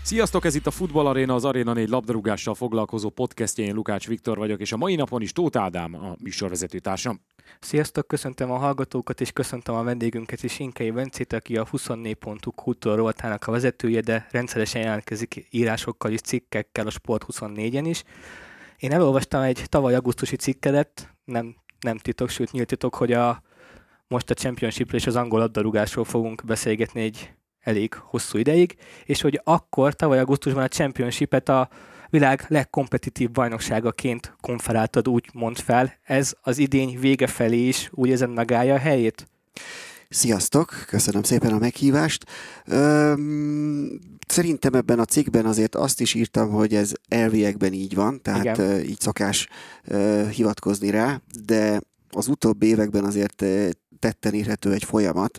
Sziasztok, ez itt a Futball Aréna, az Aréna 4 labdarúgással foglalkozó podcastje, én Lukács Viktor vagyok, és a mai napon is Tóth Ádám a műsorvezető társam. Sziasztok, köszöntöm a hallgatókat, és köszöntöm a vendégünket is, Inkei Bencét, aki a 24.hu kultúra rovatának a vezetője, de rendszeresen jelentkezik írásokkal és cikkekkel a Sport24-en is. Én elolvastam egy tavaly augusztusi cikkedet, nem titok, sőt nyílt titok, hogy most a Championshipről és az angol labdarúgásról fogunk beszélgetni egy elég hosszú ideig, és hogy akkor, tavaly augusztusban a Championshipet a világ legkompetitív bajnokságaként konferáltad, úgy mond fel. Ez az idény vége felé is úgy ezen megállja a helyét? Sziasztok, köszönöm szépen a meghívást. Szerintem ebben a cikkben azért azt is írtam, hogy ez elviekben így van, tehát így szokás hivatkozni rá, de az utóbbi években azért tetten érhető egy folyamat,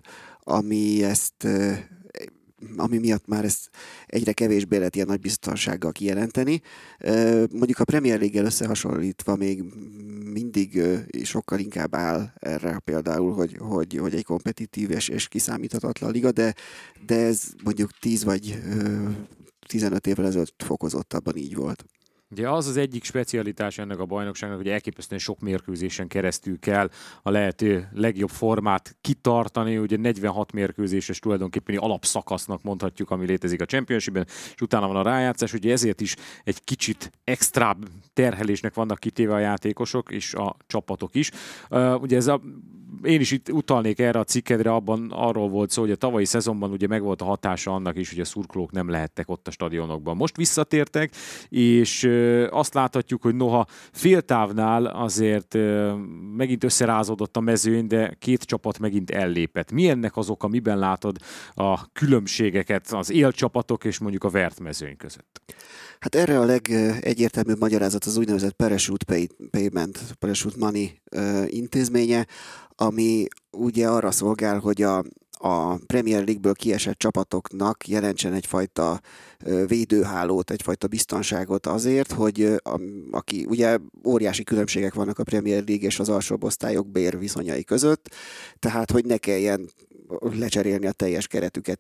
ami miatt már ezt egyre kevésbé lehet ilyen nagy biztonsággal kijelenteni. Mondjuk a Premier League-el összehasonlítva még mindig sokkal inkább áll erre például, hogy egy kompetitív és kiszámíthatatlan liga, de ez mondjuk 10 vagy 15 évvel ezelőtt fokozottabban így volt. Ugye az az egyik specialitás ennek a bajnokságnak, hogy elképesztően sok mérkőzésen keresztül kell a lehető legjobb formát kitartani. Ugye 46 mérkőzéses tulajdonképpen alapszakasznak mondhatjuk, ami létezik a Championshipben, és utána van a rájátszás, ugye ezért is egy kicsit extra terhelésnek vannak kitéve a játékosok és a csapatok is. Ugye én is itt utalnék erre a cikkedre, arról volt szó, hogy a tavalyi szezonban ugye megvolt a hatása annak is, hogy a szurkolók nem lehettek ott a stadionokban. Most visszatértek, és azt láthatjuk, hogy noha féltávnál azért megint összerázódott a mezőny, de két csapat megint ellépett. Mi ennek az oka, miben látod a különbségeket az élcsapatok és mondjuk a vert mezőny között? Hát erre a legegyértelműbb magyarázat az úgynevezett Parachute Payment, Parachute Money intézménye, ami ugye arra szolgál, hogy a Premier League-ből kiesett csapatoknak jelentsen egyfajta védőhálót, egyfajta biztonságot azért, hogy ugye óriási különbségek vannak a Premier League és az alsóbb osztályok bérviszonyai között, tehát hogy ne kelljen lecserélni a teljes keretüket,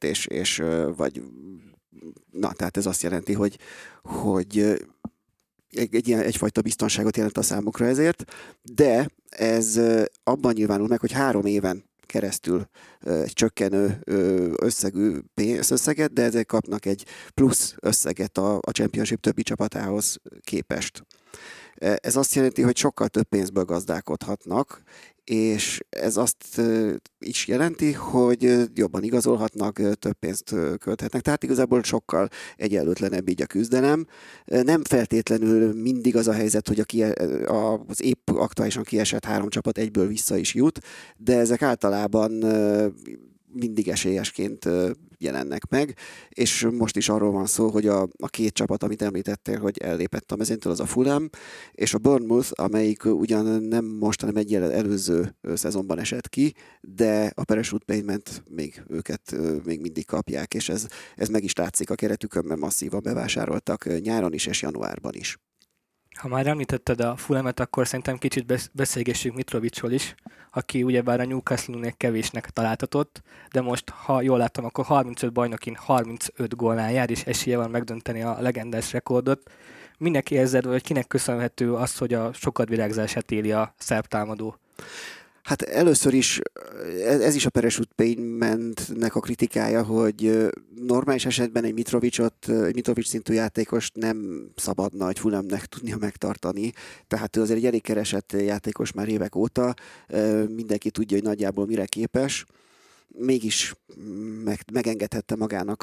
tehát ez azt jelenti, hogy egyfajta biztonságot jelent a számukra ezért, de ez abban nyilvánul meg, hogy 3 éven keresztül egy csökkenő összegű pénzösszeget, de ezek kapnak egy plusz összeget a Championship többi csapatához képest. Ez azt jelenti, hogy sokkal több pénzből gazdálkodhatnak, és ez azt is jelenti, hogy jobban igazolhatnak, több pénzt költhetnek. Tehát igazából sokkal egyenlőtlenebb így a küzdelem. Nem feltétlenül mindig az a helyzet, hogy az épp aktuálisan kiesett 3 csapat egyből vissza is jut, de ezek általában mindig esélyesként jelennek meg, és most is arról van szó, hogy a 2 csapat, amit említettél, hogy ellépett a mezőnytől, az a Fulham, és a Bournemouth, amelyik ugyan nem most, hanem egy előző szezonban esett ki, de a Parachute Payment őket még mindig kapják, és ez meg is látszik a keretükön, mert masszívan bevásároltak nyáron is és januárban is. Ha már említetted a Fulhamet, akkor szerintem kicsit beszélgessünk Mitrovicsról is, aki ugyebár a Newcastle-nél kevésnek találtatott, de most, ha jól láttam, akkor 35 bajnokin 35 gólnál jár, és esélye van megdönteni a legendás rekordot. Minek érzed, vagy kinek köszönhető az, hogy a sokat virágzását éli a szerb támadó? Hát először is ez is a Parachute Paymentnek a kritikája, hogy normális esetben egy Mitrovic szintű játékost nem szabadna egy Fulhamnek tudnia megtartani. Tehát ő azért egy elég keresett játékos már évek óta, mindenki tudja, hogy nagyjából mire képes. Mégis megengedhette magának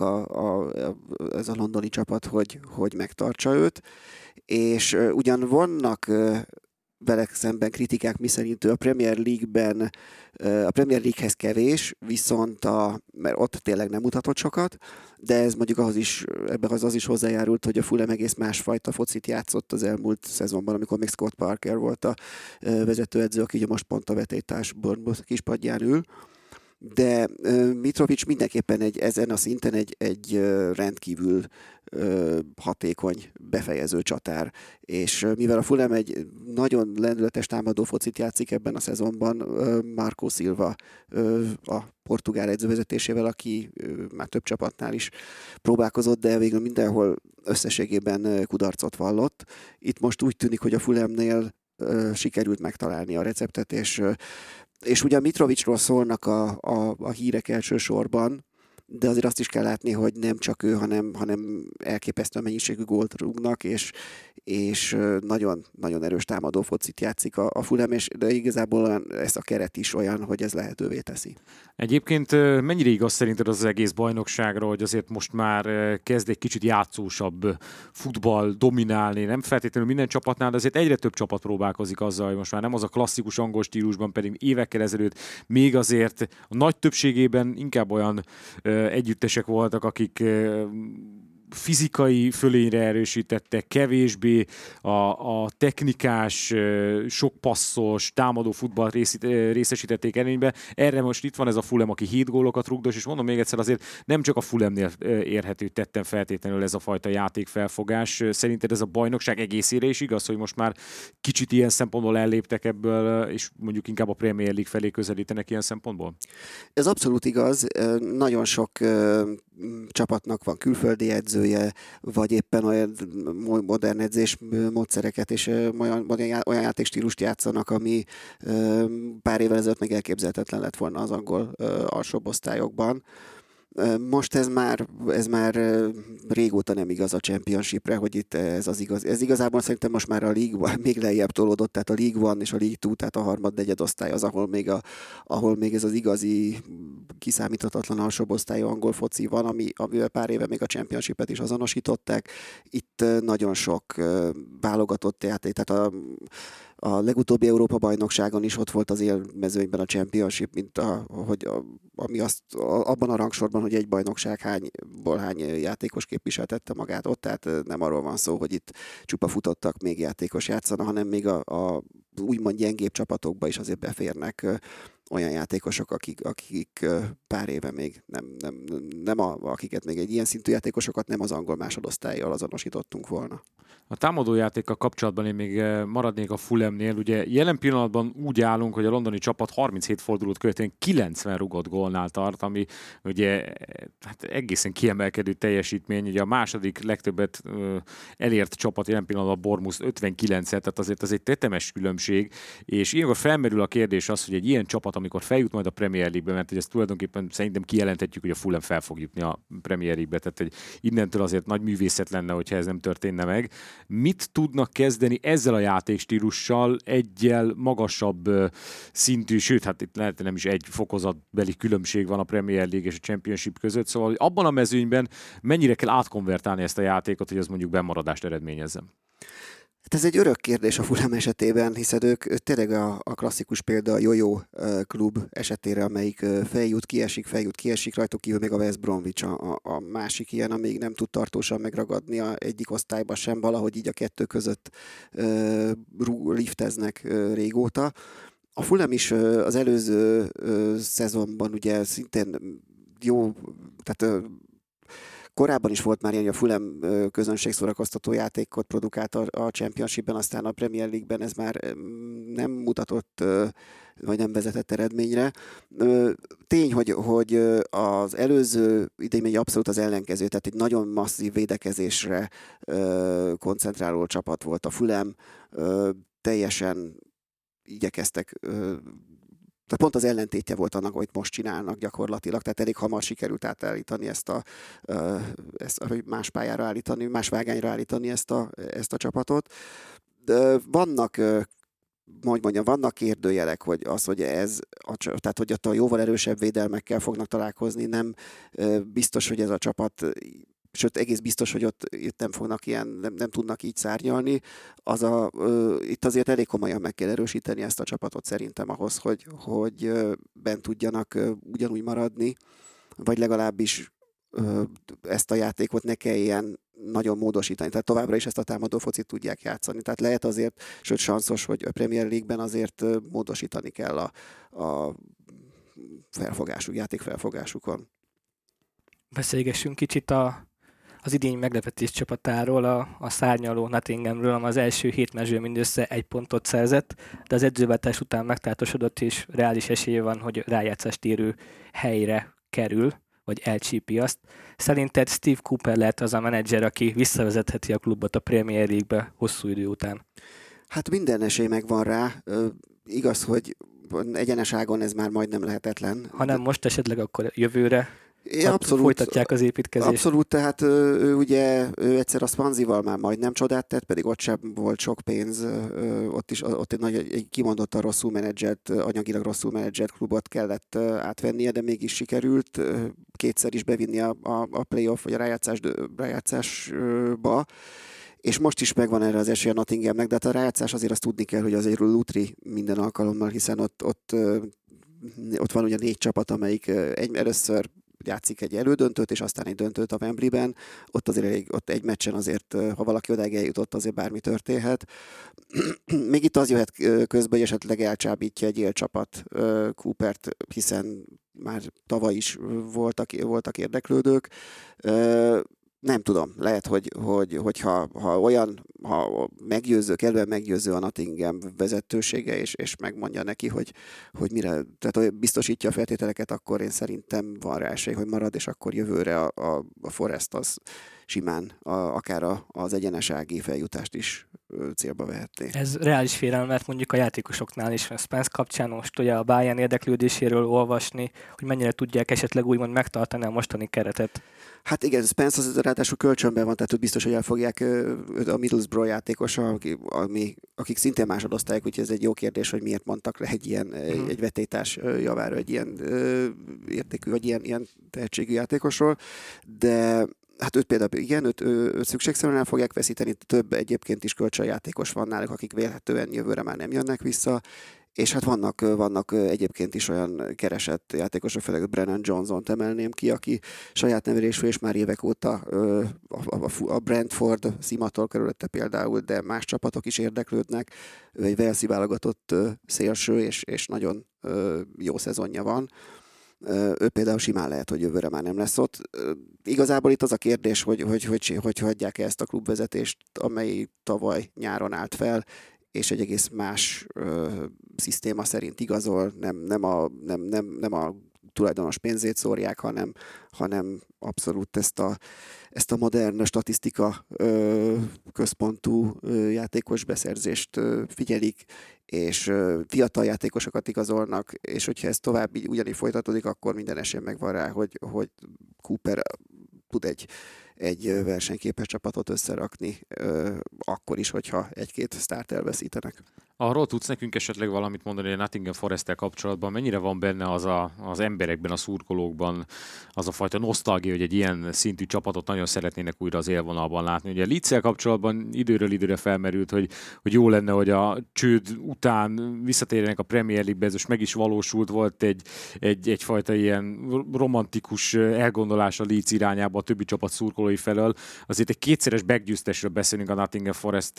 ez a londoni csapat, hogy megtartsa őt. És ugyan vannak vele szemben kritikák, miszerint ő a Premier League-hez kevés, viszont mert ott tényleg nem mutatott sokat, de ez mondjuk ebben az is hozzájárult, hogy a Fulham egész másfajta focit játszott az elmúlt szezonban, amikor még Scott Parker volt a vezetőedző, aki ugye most pont a vetélytárs Bournemouth kispadján ül. De Mitrovic mindenképpen ezen a szinten egy rendkívül hatékony befejező csatár. És mivel a Fulham egy nagyon lendületes támadó focit játszik ebben a szezonban, Marco Silva a portugál edzővezetésével, aki már több csapatnál is próbálkozott, de végül mindenhol összességében kudarcot vallott. Itt most úgy tűnik, hogy a Fulhamnél sikerült megtalálni a receptet, és ugye Mitrovicsról szólnak a hírek elsősorban, de azért azt is kell látni, hogy nem csak ő, hanem elképesztő mennyiségű gólt rúgnak, és nagyon, nagyon erős támadó focit játszik a Fulham, de igazából ez a keret is olyan, hogy ez lehetővé teszi. Egyébként mennyire igaz szerinted az egész bajnokságra, hogy azért most már kezd egy kicsit játszósabb futball dominálni, nem feltétlenül minden csapatnál, de azért egyre több csapat próbálkozik azzal, hogy most már nem az a klasszikus angol stílusban, pedig évekkel ezelőtt még azért a nagy többségében inkább olyan együttesek voltak, akik fizikai fölényre erősítettek, kevésbé a technikás, sok passzos, támadó futball részesítették előnybe. Erre most itt van ez a Fulham, aki 7 gólokat rúgdos, és mondom még egyszer, azért nem csak a Fulhamnél érhető tetten feltétlenül ez a fajta játékfelfogás. Szerinted ez a bajnokság egészére is igaz, hogy most már kicsit ilyen szempontból elléptek ebből, és mondjuk inkább a Premier League felé közelítenek ilyen szempontból? Ez abszolút igaz. Nagyon sok csapatnak van külföldi edzője, vagy éppen olyan modern edzésmódszereket és olyan játékstílust játszanak, ami pár évvel ezelőtt meg elképzelhetetlen lett volna az angol alsóbb osztályokban. Most ez már régóta nem igaz a Championshipre, hogy itt ez az igaz. Ez igazából szerintem most már a League One még lejjebb tolódott, tehát a League One és a League Two, tehát a harmad-negyed osztály az, ahol még ez az igazi kiszámíthatatlan alsóbb osztályú angol foci van, amivel pár éve még a Championshipet is azonosították. Itt nagyon sok válogatott játék, tehát a legutóbbi Európa-bajnokságon is ott volt az élmezőnyben a Championship, ami abban a rangsorban, hogy egy bajnokság hány játékos képviseltette magát ott, tehát nem arról van szó, hogy itt csupa futottak még játékos játszana, hanem még a úgymond gyengébb csapatokba is azért beférnek olyan játékosok, akik pár éve még akiket még egy ilyen szintű játékosokat nem az angol másodosztállyal azonosítottunk volna. A támadójátékkal kapcsolatban én még maradnék a Fulhamnél. Ugye jelen pillanatban úgy állunk, hogy a londoni csapat 37 fordulót követően 90 rugott gólnál tart, ami ugye hát egészen kiemelkedő teljesítmény. Ugye a második legtöbbet elért csapat jelen pillanatban a Bournemouth 59-et, tehát azért az egy tetemes különbség, és ilyenkor felmerül a kérdés az, hogy egy ilyen csapat, amikor feljut majd a Premier League-be, mert ezt tulajdonképpen szerintem kijelenthetjük, hogy a Fulham fel fog jutni a Premier League-be, tehát hogy innentől azért nagy művészet lenne, hogyha ez nem történne meg. Mit tudnak kezdeni ezzel a játékstílussal, egyel magasabb szintű, sőt, hát itt lehet nem is egy fokozatbeli különbség van a Premier League és a Championship között, szóval abban a mezőnyben mennyire kell átkonvertálni ezt a játékot, hogy az mondjuk bemaradást eredményezzen? Hát ez egy örök kérdés a Fulham esetében, hiszen ők tényleg a klasszikus példa a Jó-Jó klub esetére, amelyik feljut, kiesik, rajtuk kívül még a West Bromwich a másik ilyen, amíg nem tud tartósan megragadni a egyik osztályba sem, valahogy így a kettő között lifteznek régóta. A Fulham is az előző szezonban ugye szintén jó, tehát korábban is volt már ilyen, hogy a Fulham közönségszórakoztató játékot produkált a Championshipben, aztán a Premier League-ben ez már nem mutatott, vagy nem vezetett eredményre. Tény, hogy az előző idén egy abszolút az ellenkező, tehát egy nagyon masszív védekezésre koncentráló csapat volt a Fulham, teljesen igyekeztek, tehát pont az ellentétje volt annak, amit most csinálnak gyakorlatilag, tehát elég hamar sikerült átállítani ezt más pályára állítani, más vágányra állítani ezt a csapatot. De vannak kérdőjelek, hogy tehát hogy ott a jóval erősebb védelmekkel fognak találkozni, nem biztos, hogy ez a csapat, sőt egész biztos, hogy ott nem fognak nem tudnak így szárnyalni. Itt azért elég komolyan meg kell erősíteni ezt a csapatot szerintem ahhoz, hogy bent tudjanak ugyanúgy maradni, vagy legalábbis ezt a játékot ne kelljen nagyon módosítani. Tehát továbbra is ezt a támadó focit tudják játszani. Tehát lehet azért, sőt sanszos, hogy a Premier League-ben azért módosítani kell a játékfelfogásukon. Beszélgessünk kicsit a az idény meglepetés csapatáról, a szárnyaló Nottinghamről, ami az első 7 mezőn mindössze 1 pontot szerzett, de az edzőváltás után megtátosodott, és reális esélye van, hogy rájátszást érő helyre kerül, vagy elcsípi azt. Szerinted Steve Cooper lehet az a menedzser, aki visszavezetheti a klubot a Premier League-be hosszú idő után? Hát minden esély megvan rá. Igaz, hogy egyenes ágon ez már majdnem lehetetlen. Ha nem most, esetleg akkor jövőre Abszolút, folytatják az építkezést. Abszolút, tehát ő egyszer a Swansea-val már majdnem csodát tett, pedig ott sem volt sok pénz, ott egy kimondottan rosszul menedzselt, anyagilag rosszul menedzselt klubot kellett átvennie, de mégis sikerült kétszer is bevinni a playoff vagy a rájátszásba. És most is megvan erre az esély a Nottinghamnek, de hát a rájátszás azért azt tudni kell, hogy azért lutri minden alkalommal, hiszen ott van ugye 4 csapat, amelyik először játszik egy elődöntőt, és aztán egy döntőt a Wembleyben. Ott azért ott egy meccsen azért, ha valaki odáig eljutott, azért bármi történhet. Még itt az jöhet közben, hogy esetleg elcsábítja egy élcsapat Coopert, hiszen már tavaly is voltak érdeklődők. Nem tudom, lehet, hogyha kellően meggyőző a Nottingham vezetősége, és megmondja neki, hogy mire, tehát biztosítja a feltételeket, akkor én szerintem van rá esély, hogy marad, és akkor jövőre a Forest az simán akár az egyenesági feljutást is célba vehetné. Ez reális félelem, mert mondjuk a játékosoknál is, a Spence kapcsán most ugye a Bayern érdeklődéséről olvasni, hogy mennyire tudják esetleg úgymond megtartani a mostani keretet. Hát igen, Spence az ráadásul kölcsönben van, tehát biztos, hogy elfogják a Middlesbrough játékosa, akik szintén másodosztályok, úgyhogy ez egy jó kérdés, hogy miért mondtak le egy vetétás javára egy ilyen értékű, vagy ilyen tehetségű játékosról, de hát őt például igen, őt szükségszerűen el fogják veszíteni, több egyébként is kölcsönjátékos van náluk, akik vélhetően jövőre már nem jönnek vissza, és hát vannak egyébként is olyan keresett játékosok, főleg Brennan Johnson-t emelném ki, aki saját nevelésű, és már évek óta a Brentford szimatol körülötte például, de más csapatok is érdeklődnek. Ő egy Walesi válogatott szélső, és nagyon jó szezonja van. Ő például simán lehet, hogy jövőre már nem lesz ott. Igazából itt az a kérdés, hogy hagyják ezt a klubvezetést, amely tavaly nyáron állt fel, és egy egész más szisztéma szerint igazol, nem a tulajdonos pénzét szórják, hanem abszolút ezt a modern statisztika központú játékos beszerzést figyelik, és fiatal játékosokat igazolnak, és hogyha ez tovább ugyanígy folytatódik, akkor minden esély megvan rá, hogy Cooper tud egy versenyképes csapatot összerakni, akkor is, hogyha egy-két sztárt elveszítenek. Arról tudsz nekünk esetleg valamit mondani, hogy a Nottingham Forest-tel kapcsolatban mennyire van benne az emberekben, a szurkolókban az a fajta nosztalgia, hogy egy ilyen szintű csapatot nagyon szeretnének újra az élvonalban látni. Ugye a Leeds-el kapcsolatban időről időre felmerült, hogy jó lenne, hogy a csőd után visszatérjenek a Premier League-be, ez most meg is valósult, volt egyfajta ilyen romantikus elgondolás a Leeds irányába a többi csapat szurkolói felől. Azért egy kétszeres meggyőztesről beszélünk a Nottingham Forest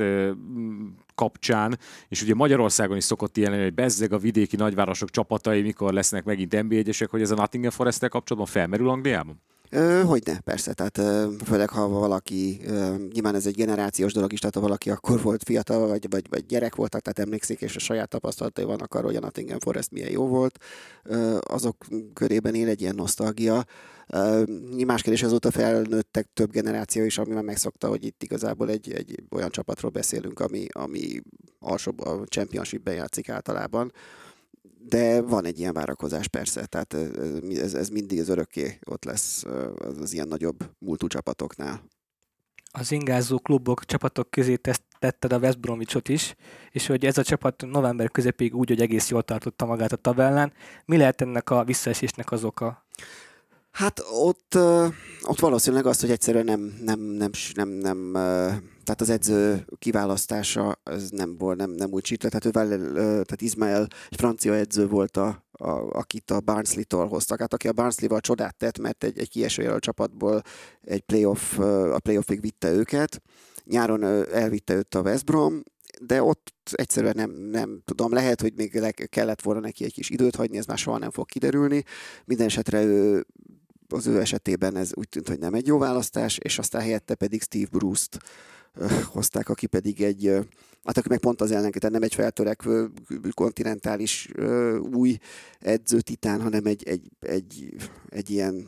kapcsán, és ugye Magyarországon is szokott ilyen lenni, hogy bezzeg a vidéki nagyvárosok csapatai, mikor lesznek megint NB1-esek, hogy ez a Nottingham Forest-tel kapcsolatban felmerül Angliában? Hogyne, persze, tehát főleg ha valaki, nyilván ez egy generációs dolog is, tehát ha valaki akkor volt fiatal, vagy gyerek voltak, tehát emlékszik, és a saját tapasztalatai vannak arról, hogy a Nottingham Forest milyen jó volt, azok körében él egy ilyen nosztalgia. Más kérdés, azóta felnőttek több generáció is, ami már megszokta, hogy itt igazából egy olyan csapatról beszélünk, ami alsóbb a Championshipben játszik általában. De van egy ilyen várakozás persze, tehát ez mindig az örökké ott lesz az ilyen nagyobb múltú csapatoknál. Az ingázó klubok, csapatok közé tetted a West Bromwichot is, és hogy ez a csapat november közepéig úgy, hogy egész jól tartotta magát a tabellán. Mi lehet ennek a visszaesésnek az oka? Hát ott valószínűleg az, hogy egyszerűen nem tehát az edző kiválasztása az nem úgy sikerült. Tehát Ismael egy francia edző volt, akit a Barnsley-tól hoztak. Hát aki a Barnsley-val csodát tett, mert egy kieső csapatból a playoffig vitte őket. Nyáron elvitte őt a West Brom, de ott egyszerűen nem tudom, lehet, hogy még kellett volna neki egy kis időt hagyni, ez már soha nem fog kiderülni. Minden esetre ő az ő esetében ez úgy tűnt, hogy nem egy jó választás, és aztán helyette pedig Steve Bruce-t hozták, aki pedig aki meg pont az ellenkező, nem egy feltörekvő kontinentális új edzőtitán, hanem egy ilyen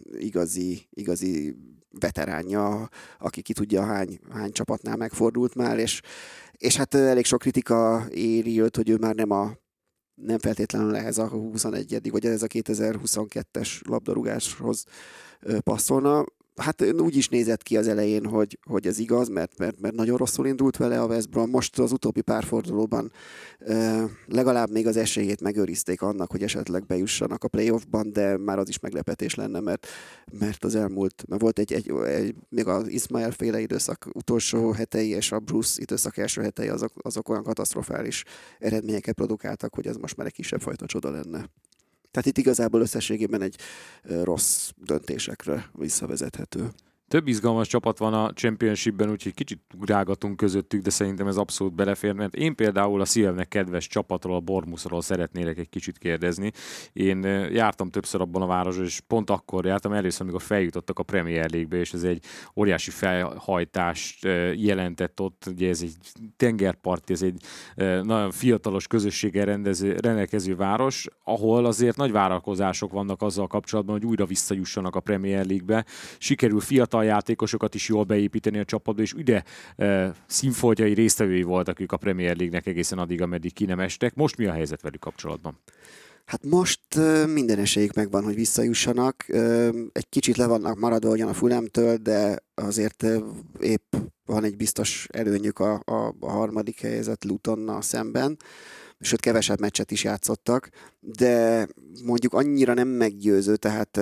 igazi veteránja, aki ki tudja hány csapatnál megfordult már, és hát elég sok kritika éri őt, hogy ő már nem feltétlenül ehhez a 21. vagy ez a 2022-es labdarúgáshoz passzolna. Hát úgy is nézett ki az elején, hogy ez igaz, mert nagyon rosszul indult vele a West Brom. Most az utóbbi pár fordulóban legalább még az esélyét megőrizték annak, hogy esetleg bejussanak a playoffban, de már az is meglepetés lenne, mert az elmúlt, mert volt még az Ismael féle időszak utolsó hetei és a Bruce időszak első hetei, azok olyan katasztrofális eredményeket produkáltak, hogy ez most már egy kisebb fajta csoda lenne. Tehát itt igazából összességében egy rossz döntésekre visszavezethető. Több izgalmas csapat van a Championshipben, úgyhogy kicsit ugrálgatunk közöttük, de szerintem ez abszolút belefér, mert én például a szívemnek kedves csapatról, a Bournemouthról szeretnélek egy kicsit kérdezni. Én jártam többször abban a városban, és pont akkor jártam először, amikor feljutottak a Premier League-be, és ez egy óriási felhajtást jelentett ott. Ugye ez egy tengerparti, ez egy nagyon fiatalos közösséggel rendelkező város, ahol azért nagy várakozások vannak azzal kapcsolatban, hogy újra visszajussanak a Premier League-be. Sikerül fiatal játékosokat is jól beépíteni a csapatba, és ide színfoltjai résztvevői voltak ők a Premier League-nek egészen addig, ameddig ki nem estek. Most mi a helyzet velük kapcsolatban? Hát most minden esélyük megvan, hogy visszajussanak. Egy kicsit le vannak maradva ugyan a Fulhamtől, de azért épp van egy biztos előnyük a harmadik helyezett Lutonnal szemben, sőt kevesebb meccset is játszottak, de mondjuk annyira nem meggyőző, tehát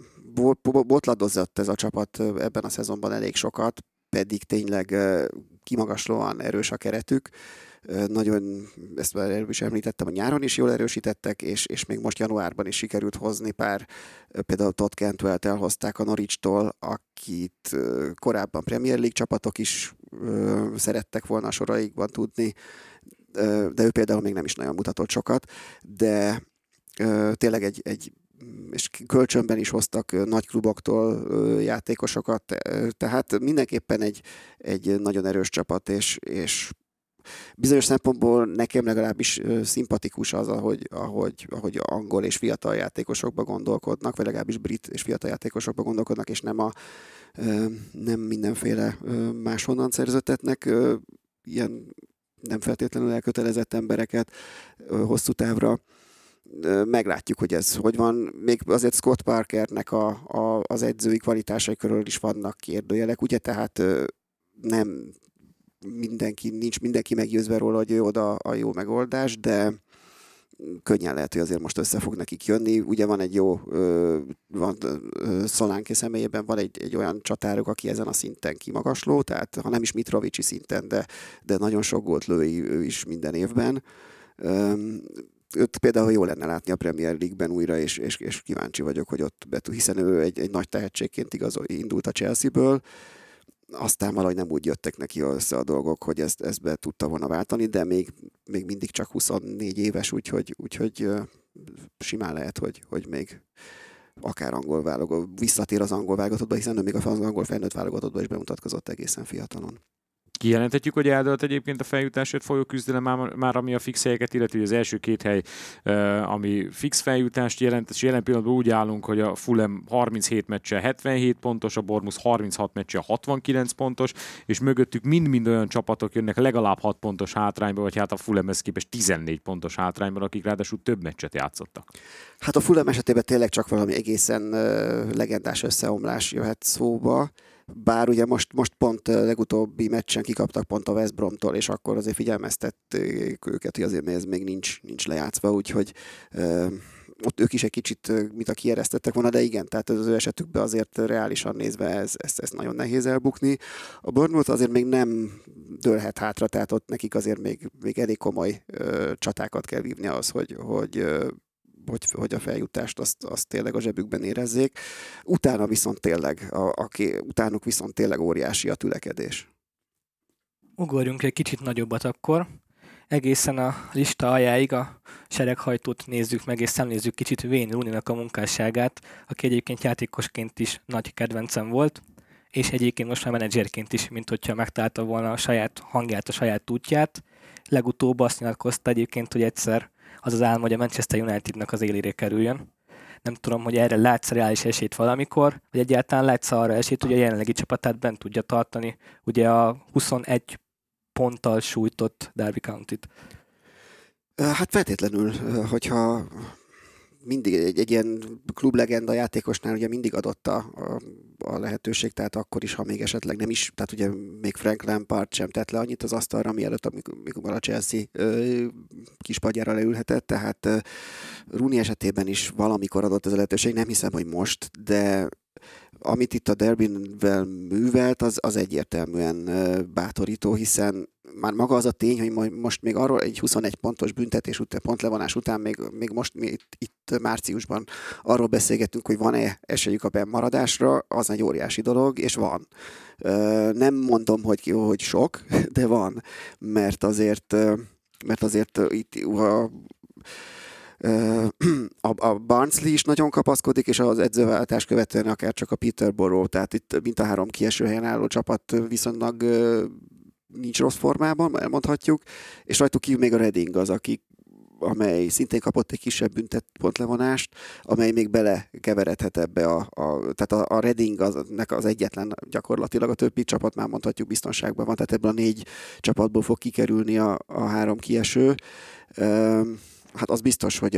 botladozott ez a csapat ebben a szezonban elég sokat, pedig tényleg kimagaslóan erős a keretük. Nagyon, ezt már előbb is említettem, a nyáron is jól erősítettek, és még most januárban is sikerült hozni például Todd Cantwell-t elhozták a Norwich-tól, akit korábban Premier League csapatok is szerettek volna a soraikban tudni, de ő például még nem is nagyon mutatott sokat, de tényleg egy és kölcsönben is hoztak nagy kluboktól játékosokat, tehát mindenképpen egy nagyon erős csapat, és bizonyos szempontból nekem legalábbis szimpatikus az, ahogy angol és fiatal játékosokba gondolkodnak, vagy legalábbis brit és fiatal játékosokba gondolkodnak, és nem mindenféle máshonnan szerződtetnek ilyen nem feltétlenül elkötelezett embereket hosszú távra. Meglátjuk, hogy ez hogy van. Még azért Scott Parkernek az edzői kvalitásai körül is vannak kérdőjelek, ugye, tehát nincs mindenki meggyőzve róla, hogy ő oda a jó megoldás, de könnyen lehet, hogy azért most össze fog nekik jönni. Ugye van egy jó, Solanke személyében van egy olyan csatárok, aki ezen a szinten kimagasló, tehát ha nem is Mitrovicsi szinten, de nagyon sok gólt lői ő is minden évben. Őt például jó lenne látni a Premier League-ben újra, és kíváncsi vagyok, hogy ott hiszen ő egy nagy tehetségként indult a Chelsea-ből, aztán valahogy nem úgy jöttek neki össze a dolgok, hogy ezt be tudta volna váltani, de még mindig csak 24 éves, úgyhogy simán lehet, hogy még akár angol válogatott, visszatér az angol válogatottba, hiszen ő még az angol felnőtt válogatottba is bemutatkozott egészen fiatalon. Kijelenthetjük, hogy eldőlt egyébként a feljutásért folyó küzdelem már ami a fix helyeket, illetve az első két hely, ami fix feljutást jelent, és jelen pillanatban úgy állunk, hogy a Fulham 37 meccsel 77 pontos, a Bournemouth 36 meccsel 69 pontos, és mögöttük mind-mind olyan csapatok jönnek legalább 6 pontos hátrányban, vagy hát a Fulhamhez képest 14 pontos hátrányban, akik ráadásul több meccset játszottak. Hát a Fulham esetében tényleg csak valami egészen legendás összeomlás jöhet szóba, bár ugye most pont legutóbbi meccsen kikaptak pont a West Bromtól, és akkor azért figyelmeztették őket, hogy azért ez még nincs lejátszva, úgyhogy ott ők is egy kicsit, mint a kieresztettek volna, de igen, tehát az ő esetükben azért reálisan nézve ez nagyon nehéz elbukni. A Bournemouth azért még nem dőlhet hátra, tehát ott nekik azért még elég komoly csatákat kell vívni ahhoz, hogy a feljutást azt tényleg a zsebükben érezzék. Utána viszont tényleg óriási a tülekedés. Ugorjunk egy kicsit nagyobbat akkor. Egészen a lista aljáig a sereghajtót nézzük meg, és szemlézzük kicsit Wayne Rooney-nak a munkásságát, aki egyébként játékosként is nagy kedvencem volt, és egyébként most már menedzserként is, mint hogyha megtalálta volna a saját hangját, a saját útját. Legutóbb azt nyilatkozta egyébként, hogy egyszer az az álma, hogy a Manchester Unitednak az élére kerüljön. Nem tudom, hogy erre látsz reális esélyt valamikor, vagy egyáltalán látsz arra esélyt, hogy a jelenlegi csapatát bent tudja tartani, ugye a 21 ponttal sújtott Derby County-t. Hát feltétlenül, hogyha mindig egy ilyen klublegenda játékosnál ugye mindig adott a lehetőség, tehát akkor is, ha még esetleg nem is, tehát ugye még Frank Lampard sem tett le annyit az asztalra, mielőtt amikor a Chelsea kispadjára leülhetett, tehát Rooney esetében is valamikor adott ez a lehetőség, nem hiszem, hogy most, de amit itt a Derbyvel művelt, az egyértelműen bátorító, hiszen már maga az a tény, hogy most még arról egy 21 pontos büntetés után, pontlevonás után még most mi itt márciusban arról beszélgettünk, hogy van-e esélyük a bennmaradásra, az egy óriási dolog, és van. Nem mondom, hogy sok, de van, mert azért itt a Barnsley is nagyon kapaszkodik, és az edzőváltás követően akár csak a Peterborough, tehát itt mint a 3 kieső helyen álló csapat viszonylag nincs rossz formában, elmondhatjuk, és rajtuk kívül még a Reading az, amely szintén kapott egy kisebb büntetpontlevonást, amely még belekeveredhet ebbe tehát a Reading az egyetlen gyakorlatilag, a többi csapat már mondhatjuk biztonságban van, tehát ebből a 4 csapatból fog kikerülni a 3 kieső. Hát az biztos, hogy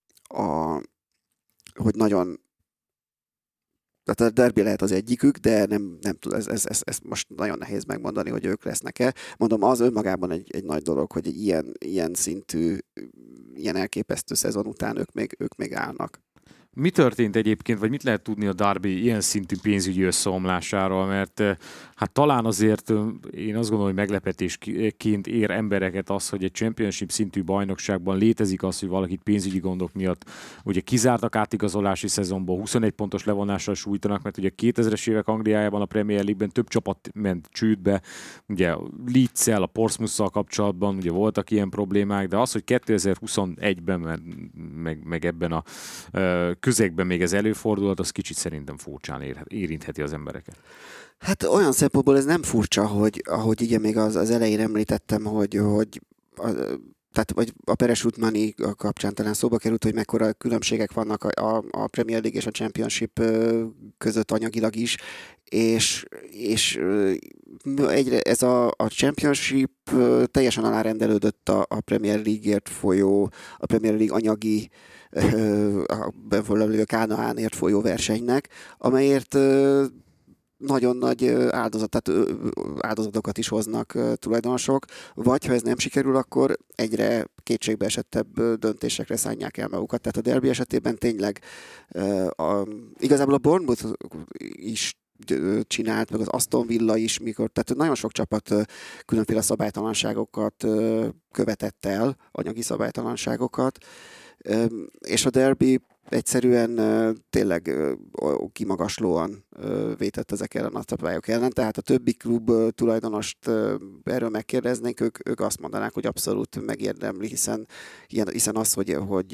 hogy nagyon, tehát a Derby lehet az egyikük, de nem tud, ez most nagyon nehéz megmondani, hogy ők lesznek-e. Mondom, az önmagában egy nagy dolog, hogy egy ilyen szintű, ilyen elképesztő szezon után ők még állnak. Mi történt egyébként, vagy mit lehet tudni a Derby ilyen szintű pénzügyi összeomlásáról, mert hát talán azért én azt gondolom, hogy meglepetésként ér embereket az, hogy egy championship szintű bajnokságban létezik az, hogy valakit pénzügyi gondok miatt ugye kizártak átigazolási szezonból, 21 pontos levonással sújtanak, mert ugye 2000-es évek Angliájában a Premier League-ben több csapat ment csődbe, ugye Leeds-szel, a Portsmouth-szal kapcsolatban ugye voltak ilyen problémák, de az, hogy 2021-ben meg ebben a közegben még ez előfordulhat, az kicsit szerintem furcsán érintheti az embereket. Hát olyan szempontból ez nem furcsa, hogy ahogy igen, még az elején említettem, hogy tehát vagy a Parachute Money kapcsán talán szóba került, hogy mekkora különbségek vannak a Premier League és a Championship között anyagilag is, és egyre ez a Championship teljesen alárendelődött a Premier League-ért folyó, a Premier League anyagi a benfoglaló Kánaánért folyó versenynek, amelyért nagyon nagy áldozatokat is hoznak tulajdonosok, vagy ha ez nem sikerül, akkor egyre kétségbeesettebb döntésekre szánják el magukat. Tehát a Derby esetében tényleg igazából a Bournemouth is csinált, meg az Aston Villa is, tehát nagyon sok csapat különféle szabálytalanságokat követett el, anyagi szabálytalanságokat, és a Derby egyszerűen tényleg kimagaslóan vétett ezek ellen a szabályok ellen, tehát a többi klub tulajdonost erről megkérdeznénk, ők azt mondanák, hogy abszolút megérdemli, hiszen az, hogy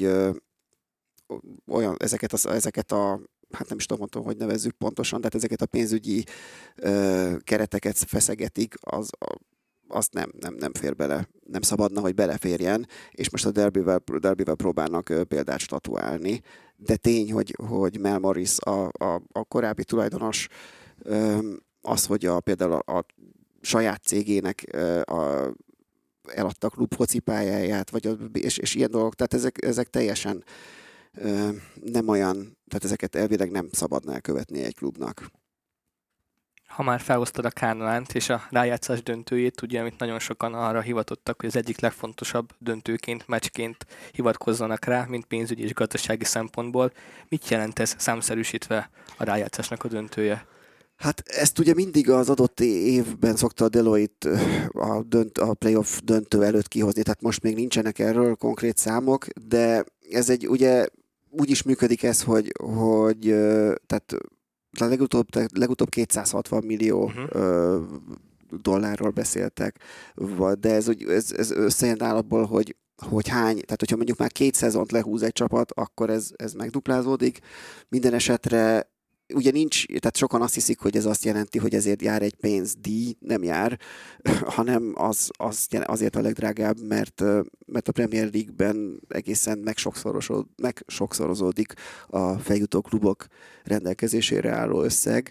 olyan ezeket a hát nem is tudom, hogy nevezzük pontosan, tehát ezeket a pénzügyi kereteket feszegetik, azt nem fér bele, nem szabadna, hogy beleférjen, és most a Derbyvel próbálnak példát statuálni, de tény, hogy Mel Morris, a korábbi tulajdonos, az, hogy például a saját cégének eladta a klub focipályáját, és ilyen dolgok, tehát ezek teljesen nem olyan, tehát ezeket elvileg nem szabadna elkövetni egy klubnak. Ha már felosztod a Kánaánt és a rájátszás döntőjét, ugye, amit nagyon sokan arra hivatottak, hogy az egyik legfontosabb döntőként, meccsként hivatkozzanak rá, mint pénzügyi és gazdasági szempontból. Mit jelent ez számszerűsítve a rájátszásnak a döntője? Hát ezt ugye mindig az adott évben szokta a Deloitte a playoff döntő előtt kihozni, tehát most még nincsenek erről konkrét számok, de ez ugye úgy is működik ez, hogy tehát legutóbb 260 millió dollárról beszéltek, de ez összejön alapból, hogy hány, tehát hogyha mondjuk már 2 szezont lehúz egy csapat, akkor ez megduplázódik. Minden esetre ugye nincs, tehát sokan azt hiszik, hogy ez azt jelenti, hogy ezért jár egy pénzdíj, nem jár, hanem azért a legdrágább, mert a Premier League-ben egészen megsokszorozódik a feljutó klubok rendelkezésére álló összeg.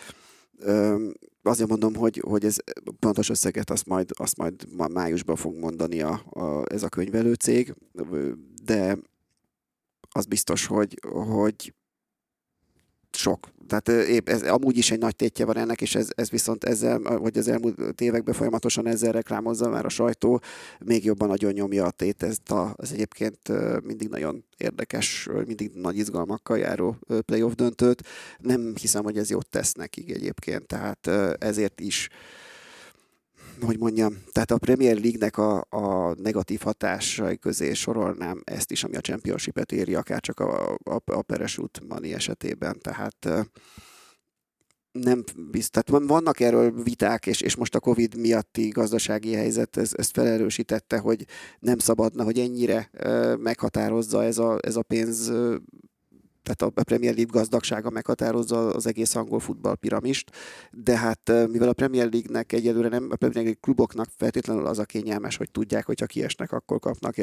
Azért mondom, hogy ez pontos összeget azt majd májusban fog mondani ez a könyvelő cég, de az biztos, hogy sok. Tehát épp ez amúgy is egy nagy tétje van ennek, és ez viszont ezzel, vagy az elmúlt években folyamatosan ezzel reklámozza már a sajtó, még jobban nagyon nyomja a tét ez egyébként mindig nagyon érdekes, mindig nagy izgalmakkal járó playoff döntőt. Nem hiszem, hogy ez jót tesz nekik egyébként, tehát ezért is hogy mondjam, tehát a Premier League-nek a negatív hatásai közé sorolnám ezt is, ami a Championship-et éri, akár csak a Parachute Money esetében, tehát nem biztos. Tehát vannak erről viták, és most a Covid miatti gazdasági helyzet ezt felerősítette, hogy nem szabadna, hogy ennyire meghatározza ez a pénz, tehát a Premier League gazdagsága meghatározza az egész angol futballpiramist, de hát mivel a Premier League-nek egyelőre nem, a Premier League kluboknak feltétlenül az a kényelmes, hogy tudják, hogyha kiesnek, akkor kapnak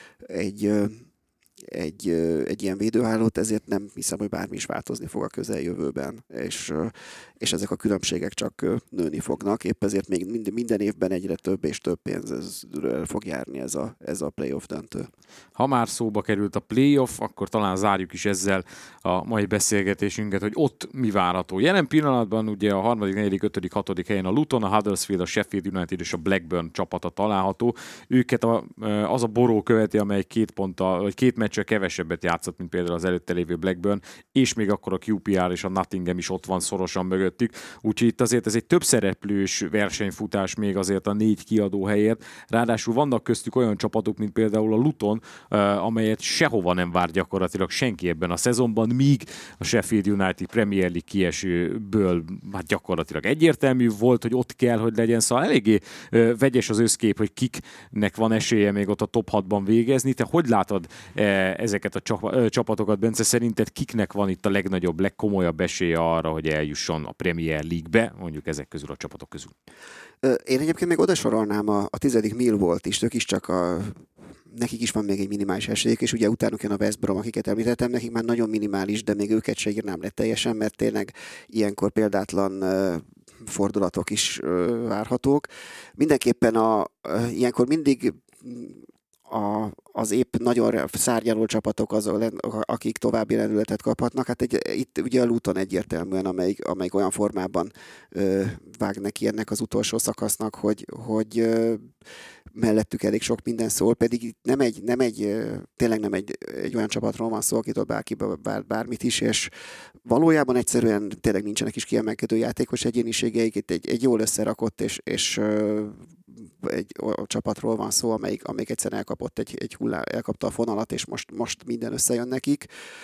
egy ilyen védőhálót, ezért nem hiszem, hogy bármi is változni fog a közeljövőben, és ezek a különbségek csak nőni fognak, épp ezért még minden évben egyre több és több pénzről fog járni ez a playoff döntő. Ha már szóba került a playoff, akkor talán zárjuk is ezzel a mai beszélgetésünket, hogy ott mi várható. Jelen pillanatban ugye a 3., 4., 5., 6. helyen a Luton, a Huddersfield, a Sheffield United és a Blackburn csapata található. Őket az a boró követi, amely 2 meccsel kevesebbet játszott, mint például az előtte lévő Blackburn, és még akkor a QPR és a Nottingham is ott van szorosan mögöttük. Úgyhogy itt azért ez egy több szereplős versenyfutás még azért a 4 kiadó helyért. Ráadásul vannak köztük olyan csapatok, mint például a Luton, amelyet sehova nem vár gyakorlatilag senki ebben a szezonban, míg a Sheffield United Premier League kiesőből hát gyakorlatilag egyértelmű volt, hogy ott kell, hogy legyen, szóval eléggé vegyes az összkép, hogy kiknek van esélye még ott a top 6-ban végezni. Te hogy látod ezeket a csapatokat, Bence? Szerinted kiknek van itt a legnagyobb, legkomolyabb esélye arra, hogy eljusson a Premier League-be, mondjuk ezek közül a csapatok közül? Én egyébként még oda sorolnám a 10. Millwall-t is, ők is csak nekik is van még egy minimális esélyük, és ugye utánuk jön a West Brom, akiket említettem, nekik már nagyon minimális, de még őket se írnám le teljesen, mert tényleg ilyenkor példátlan fordulatok is várhatók. Mindenképpen ilyenkor mindig az épp nagyon szárnyaló csapatok azok, akik további lendületet kaphatnak. Hát itt ugye a Luton egyértelműen, amelyik olyan formában vág neki ennek az utolsó szakasznak, hogy mellettük elég sok minden szól, pedig itt tényleg nem egy olyan csapatról van szó, akitől bárki bármit is, és valójában egyszerűen tényleg nincsenek is kiemelkedő játékos egyéniségeik, itt egy jól összerakott és egy csapatról van szó, amelyik egyszerűen elkapott elkapta a fonalat, és most minden összejön nekik.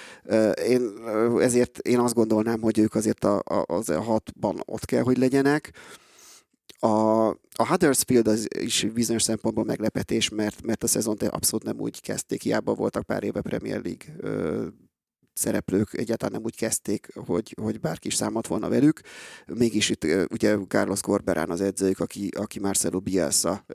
Ezért én azt gondolnám, hogy ők azért az 6-ban ott kell, hogy legyenek. A Huddersfield az is bizonyos szempontból meglepetés, mert a szezont abszolút nem úgy kezdték, hiába voltak pár éve Premier League szereplők, egyáltalán nem úgy kezdték, hogy bárki is számolt volna velük. Mégis itt ugye Carlos Corberán az edzőjük, aki Marcelo Bielsa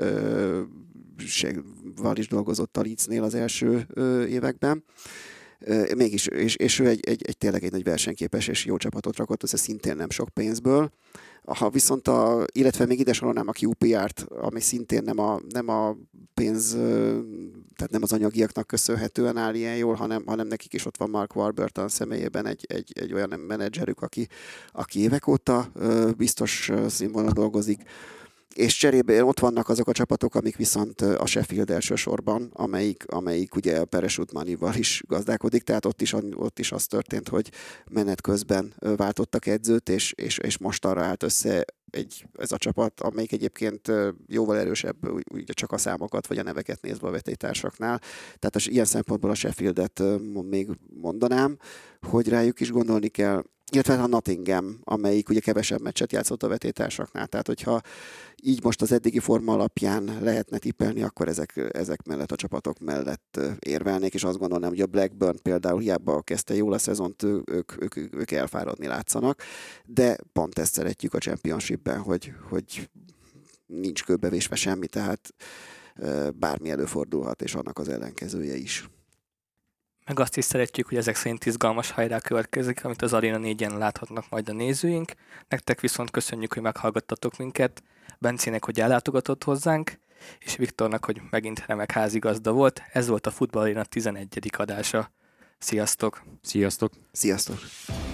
val is dolgozott a Leedsnél az első években. Mégis, és ő egy tényleg egy nagy versenyképes és jó csapatot rakott össze, szintén nem sok pénzből. Ha viszont illetve még ide sorolnám a QPR-t, ami szintén nem a pénz, tehát nem az anyagiaknak köszönhetően áll ilyen jól, hanem nekik is ott van Mark Warburton személyében egy olyan menedzserük, aki évek óta biztos színvonalon dolgozik. És cserébe ott vannak azok a csapatok, amik viszont a Sheffield elsősorban, amelyik ugye a Parachute Money-val is gazdálkodik, tehát ott is az történt, hogy menet közben váltottak edzőt, és most arra állt össze ez a csapat, amelyik egyébként jóval erősebb, ugye csak a számokat vagy a neveket nézve a vetélytársaknál. Tehát ilyen szempontból a Sheffieldet még mondanám, hogy rájuk is gondolni kell. illetve a Nottingham, amelyik ugye kevesebb meccset játszott a vetétársaknál. Tehát, hogyha így most az eddigi forma alapján lehetne tippelni, akkor ezek mellett a csapatok mellett érvelnék, és azt gondolnám, hogy a Blackburn például hiába kezdte jól a szezont, ők elfáradni látszanak, de pont ezt szeretjük a Championshipben, hogy nincs kőbevésve semmi, tehát bármi előfordulhat, és annak az ellenkezője is. Meg azt is szeretjük, hogy ezek szerint izgalmas hajrá következik, amit az Arena 4-en láthatnak majd a nézőink. Nektek viszont köszönjük, hogy meghallgattatok minket, Bencének, hogy ellátogatott hozzánk, és Viktornak, hogy megint remek házigazda volt. Ez volt a Futball Arena 11. adása. Sziasztok! Sziasztok! Sziasztok!